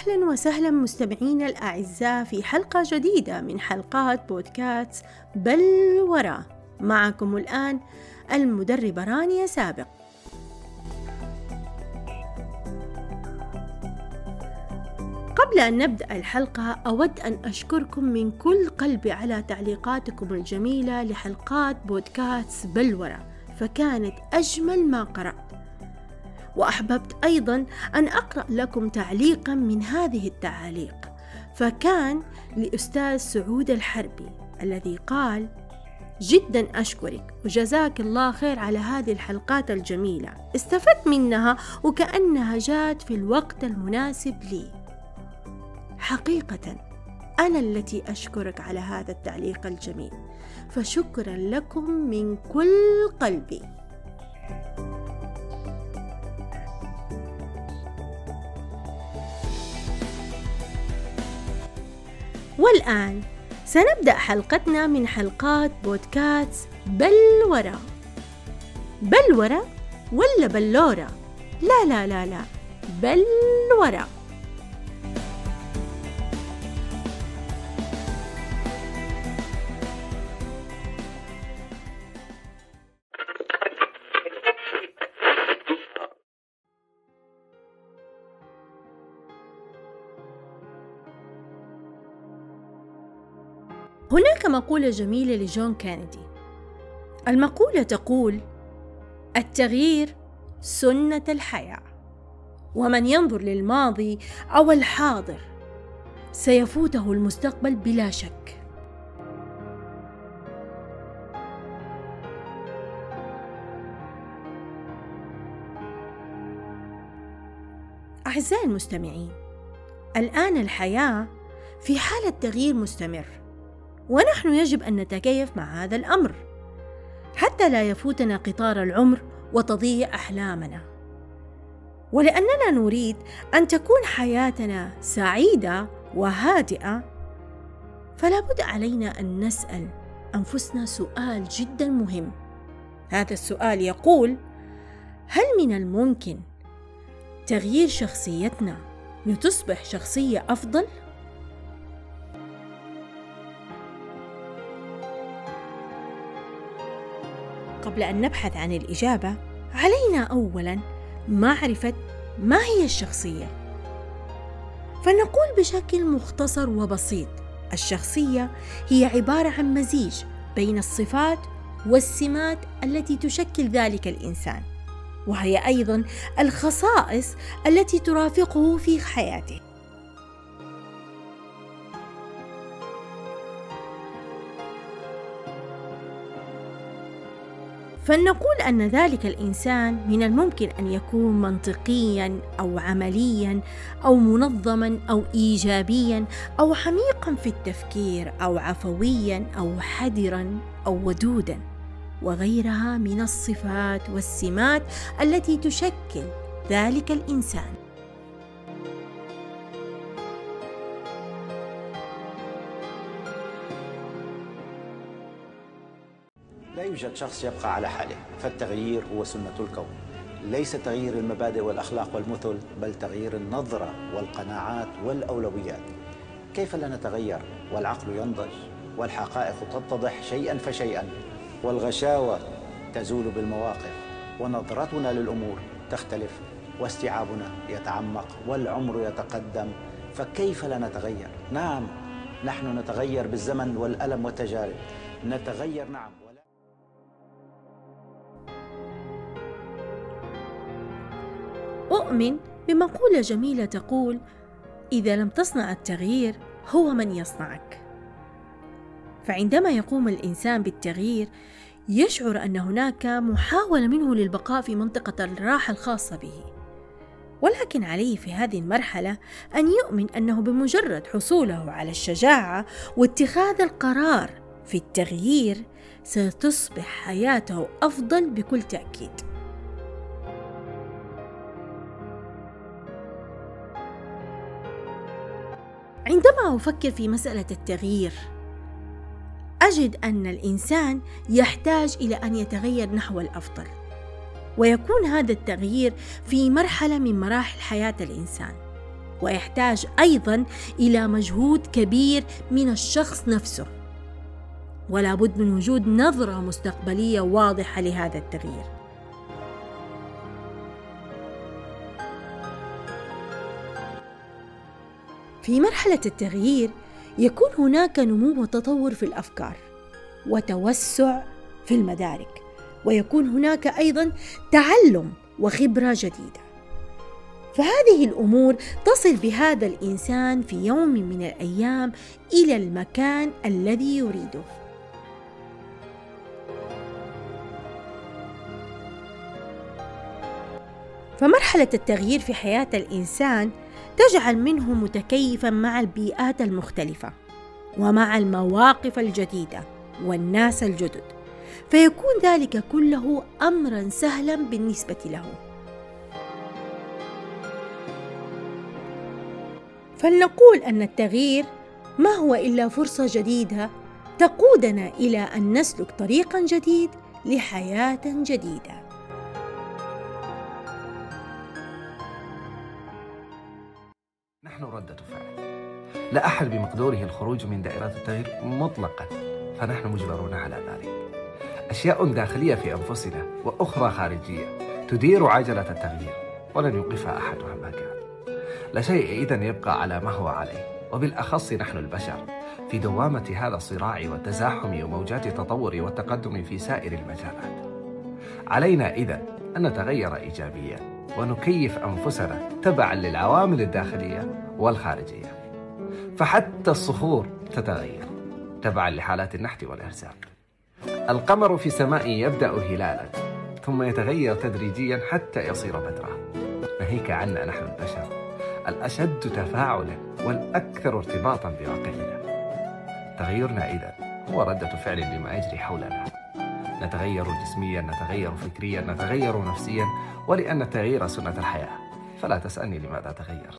أهلا وسهلا مستمعينا الأعزاء في حلقة جديدة من حلقات بودكاست بلورة. معكم الآن المدربة رانيا سابق. قبل أن نبدأ الحلقة أود أن أشكركم من كل قلبي على تعليقاتكم الجميلة لحلقات بودكاست بلورة، فكانت أجمل ما قرأت. وأحببت أيضا أن أقرأ لكم تعليقا من هذه التعاليق، فكان لأستاذ سعود الحربي الذي قال: جدا أشكرك وجزاك الله خير على هذه الحلقات الجميلة، استفدت منها وكأنها جات في الوقت المناسب لي. حقيقة أنا التي أشكرك على هذا التعليق الجميل، فشكرا لكم من كل قلبي. والآن سنبدأ حلقتنا من حلقات بودكاست بلورة. بلورة ولا بلورة؟ لا لا لا لا، بلورة. هناك مقولة جميلة لجون كينيدي. المقولة تقول: التغيير سنة الحياة، ومن ينظر للماضي أو الحاضر سيفوته المستقبل بلا شك. أعزائي المستمعين، الآن الحياة في حالة تغيير مستمر، ونحن يجب أن نتكيف مع هذا الأمر حتى لا يفوتنا قطار العمر وتضيع أحلامنا. ولأننا نريد أن تكون حياتنا سعيدة وهادئة، فلا بد علينا أن نسأل أنفسنا سؤال جدا مهم. هذا السؤال يقول: هل من الممكن تغيير شخصيتنا لتصبح شخصية أفضل؟ قبل أن نبحث عن الإجابة، علينا أولاً معرفة ما هي الشخصية. فنقول بشكل مختصر وبسيط: الشخصية هي عبارة عن مزيج بين الصفات والسمات التي تشكل ذلك الإنسان، وهي أيضاً الخصائص التي ترافقه في حياته. فلنقول أن ذلك الإنسان من الممكن أن يكون منطقياً أو عملياً أو منظماً أو إيجابياً أو عميقاً في التفكير أو عفوياً أو حذراً أو ودوداً، وغيرها من الصفات والسمات التي تشكل ذلك الإنسان. لا يوجد شخص يبقى على حاله، فالتغيير هو سنة الكون. ليس تغيير المبادئ والأخلاق والمثل، بل تغيير النظرة والقناعات والأولويات. كيف لا نتغير والعقل ينضج والحقائق تتضح شيئا فشيئا، والغشاوة تزول بالمواقف، ونظرتنا للأمور تختلف، واستيعابنا يتعمق، والعمر يتقدم. فكيف لا نتغير؟ نعم، نحن نتغير بالزمن والألم والتجارب، نتغير نعم. أؤمن بمقولة جميلة تقول: إذا لم تصنع التغيير هو من يصنعك. فعندما يقوم الإنسان بالتغيير يشعر أن هناك محاولة منه للبقاء في منطقة الراحة الخاصة به، ولكن عليه في هذه المرحلة أن يؤمن أنه بمجرد حصوله على الشجاعة واتخاذ القرار في التغيير ستصبح حياته أفضل بكل تأكيد. عندما أفكر في مسألة التغيير أجد أن الإنسان يحتاج إلى أن يتغير نحو الأفضل، ويكون هذا التغيير في مرحلة من مراحل حياة الإنسان. ويحتاج أيضا إلى مجهود كبير من الشخص نفسه، ولا بد من وجود نظرة مستقبلية واضحة لهذا التغيير. في مرحلة التغيير يكون هناك نمو وتطور في الأفكار وتوسع في المدارك، ويكون هناك أيضا تعلم وخبرة جديدة. فهذه الأمور تصل بهذا الإنسان في يوم من الأيام إلى المكان الذي يريده. فمرحلة التغيير في حياة الإنسان تجعل منه متكيفاً مع البيئات المختلفة ومع المواقف الجديدة والناس الجدد، فيكون ذلك كله أمراً سهلاً بالنسبة له. فلنقول أن التغيير ما هو إلا فرصة جديدة تقودنا إلى أن نسلك طريقاً جديد لحياة جديدة. نحن ردة فعل، لا أحد بمقدوره الخروج من دائرة التغيير مطلقاً، فنحن مجبرون على ذلك. أشياء داخلية في أنفسنا وأخرى خارجية تدير عجلة التغيير، ولن يوقفها أحد مهما كان. لا شيء إذن يبقى على ما هو عليه، وبالأخص نحن البشر في دوامة هذا الصراع والتزاحم وموجات التطور والتقدم في سائر المجالات. علينا إذن أن نتغير إيجابياً ونكيف أنفسنا تبعاً للعوامل الداخلية والخارجية. فحتى الصخور تتغير تبعاً لحالات النحت والإرسال. القمر في السماء يبدأ هلالاً ثم يتغير تدريجياً حتى يصير بدراً. ناهيك عنا نحن البشر الأشد تفاعلاً والأكثر ارتباطاً بواقعنا. تغيرنا إذن هو ردة فعل لما يجري حولنا. نتغير جسمياً، نتغير فكرياً، نتغير نفسياً، ولأن التغيير سنة الحياة فلا تسألني لماذا تغير.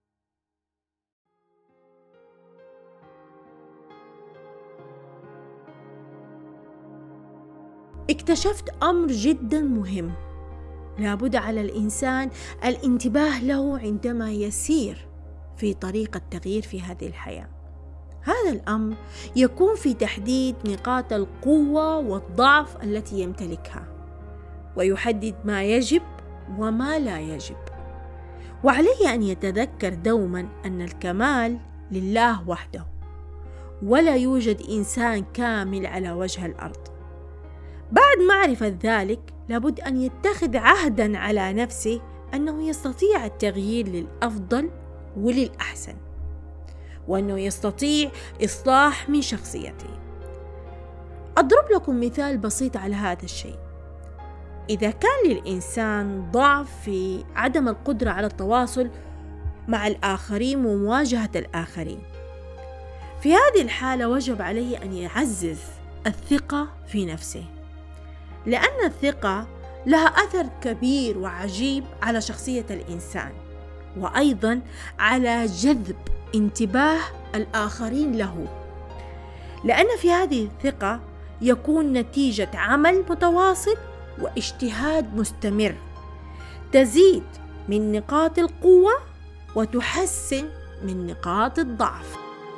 اكتشفت أمر جدا مهم لابد على الإنسان الانتباه له عندما يسير في طريق التغيير في هذه الحياة. هذا الأمر يكون في تحديد نقاط القوة والضعف التي يمتلكها، ويحدد ما يجب وما لا يجب. وعليه أن يتذكر دوما أن الكمال لله وحده، ولا يوجد إنسان كامل على وجه الأرض. بعد معرفة ذلك لابد أن يتخذ عهدا على نفسه أنه يستطيع التغيير للأفضل وللأحسن، وأنه يستطيع إصلاح من شخصيته. أضرب لكم مثال بسيط على هذا الشيء. إذا كان للإنسان ضعف في عدم القدرة على التواصل مع الآخرين ومواجهة الآخرين، في هذه الحالة وجب عليه أن يعزز الثقة في نفسه، لأن الثقة لها أثر كبير وعجيب على شخصية الإنسان، وأيضا على جذب انتباه الآخرين له، لأن في هذه الثقة يكون نتيجة عمل متواصل واجتهاد مستمر تزيد من نقاط القوة وتحسن من نقاط الضعف.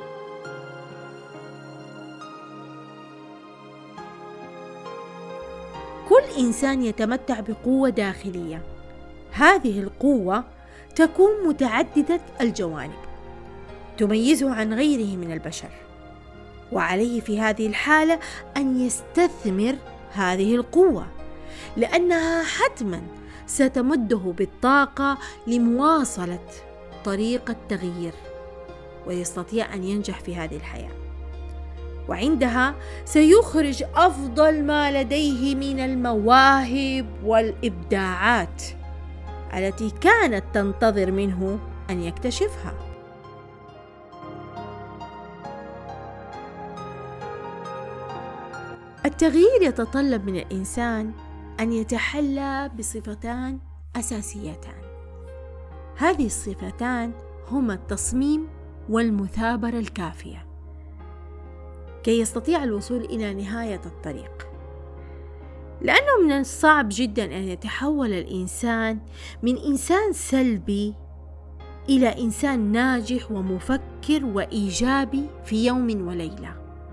كل إنسان يتمتع بقوة داخلية، هذه القوة تكون متعددة الجوانب تميزه عن غيره من البشر، وعليه في هذه الحالة أن يستثمر هذه القوة، لأنها حتما ستمده بالطاقة لمواصلة طريق التغيير، ويستطيع أن ينجح في هذه الحياة. وعندها سيخرج أفضل ما لديه من المواهب والإبداعات التي كانت تنتظر منه أن يكتشفها. التغيير يتطلب من الإنسان أن يتحلى بصفتان أساسيتان. هذه الصفتان هما التصميم والمثابرة الكافية كي يستطيع الوصول إلى نهاية الطريق، لأنه من الصعب جدا أن يتحول الإنسان من إنسان سلبي إلى إنسان ناجح ومفكر وإيجابي في يوم وليلة.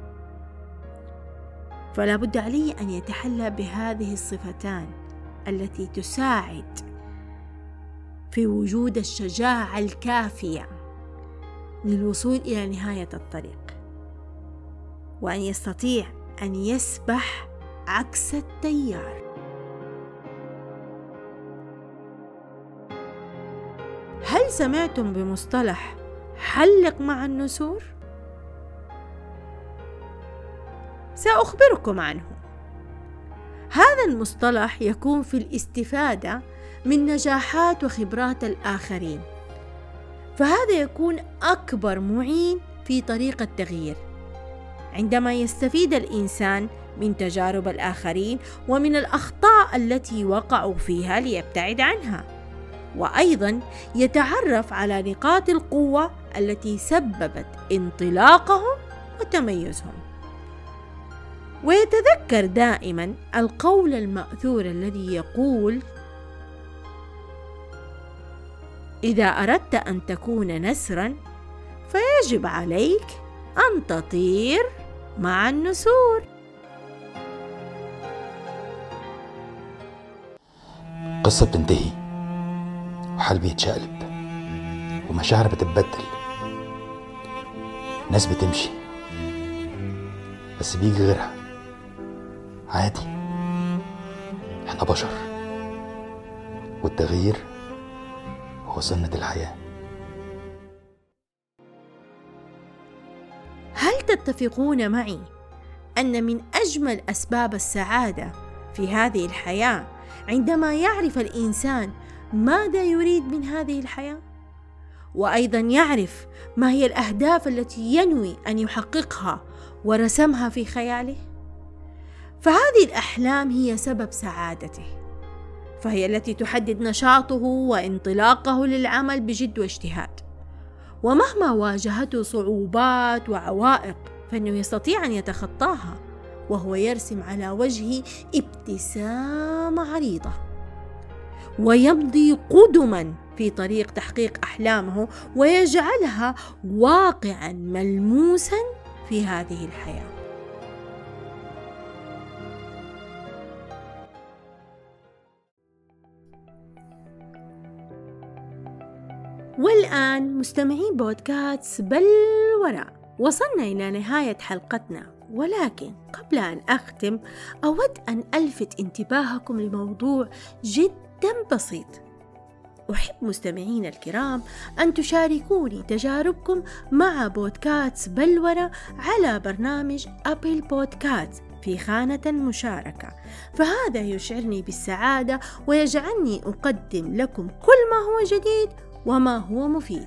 فلا بد عليه أن يتحلى بهذه الصفتان التي تساعد في وجود الشجاعة الكافية للوصول إلى نهاية الطريق، وأن يستطيع أن يسبح عكس التيار. هل سمعتم بمصطلح حلق مع النسور؟ سأخبركم عنه. هذا المصطلح يكون في الاستفادة من نجاحات وخبرات الآخرين، فهذا يكون أكبر معين في طريق التغيير عندما يستفيد الإنسان من تجارب الآخرين ومن الأخطاء التي وقعوا فيها ليبتعد عنها، وأيضا يتعرف على نقاط القوة التي سببت انطلاقهم وتميزهم، ويتذكر دائما القول المأثور الذي يقول: إذا أردت أن تكون نسرا فيجب عليك أن تطير مع النسور. قصة بتنتهي وحال بيتشقلب ومشاعر بتتبدل، ناس بتمشي بس بيجي غيرها، عادي، احنا بشر، والتغيير هو سنة الحياة. هل تتفقون معي أن من أجمل أسباب السعادة في هذه الحياة عندما يعرف الإنسان ماذا يريد من هذه الحياة، وأيضا يعرف ما هي الأهداف التي ينوي أن يحققها ورسمها في خياله؟ فهذه الأحلام هي سبب سعادته، فهي التي تحدد نشاطه وانطلاقه للعمل بجد واجتهاد، ومهما واجهته صعوبات وعوائق فإنه يستطيع أن يتخطاها وهو يرسم على وجهه ابتسامة عريضة، ويمضي قدما في طريق تحقيق أحلامه ويجعلها واقعا ملموسا في هذه الحياة. والآن مستمعين بودكاست بلورة، وصلنا إلى نهاية حلقتنا، ولكن قبل أن أختم أود أن ألفت انتباهكم لموضوع جدا بسيط. أحب مستمعين الكرام أن تشاركوني تجاربكم مع بودكاست بلورة على برنامج أبل بودكاست في خانة المشاركة، فهذا يشعرني بالسعادة ويجعلني أقدم لكم كل ما هو جديد وما هو مفيد.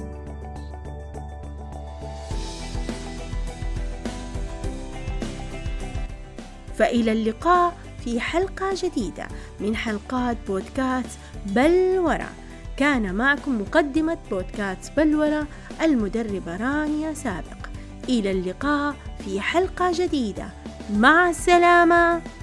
فإلى اللقاء في حلقة جديدة من حلقات بودكاست بلورة. كان معكم مقدمة بودكاست بلورة المدربة رانيا سابق. إلى اللقاء في حلقة جديدة، مع السلامة.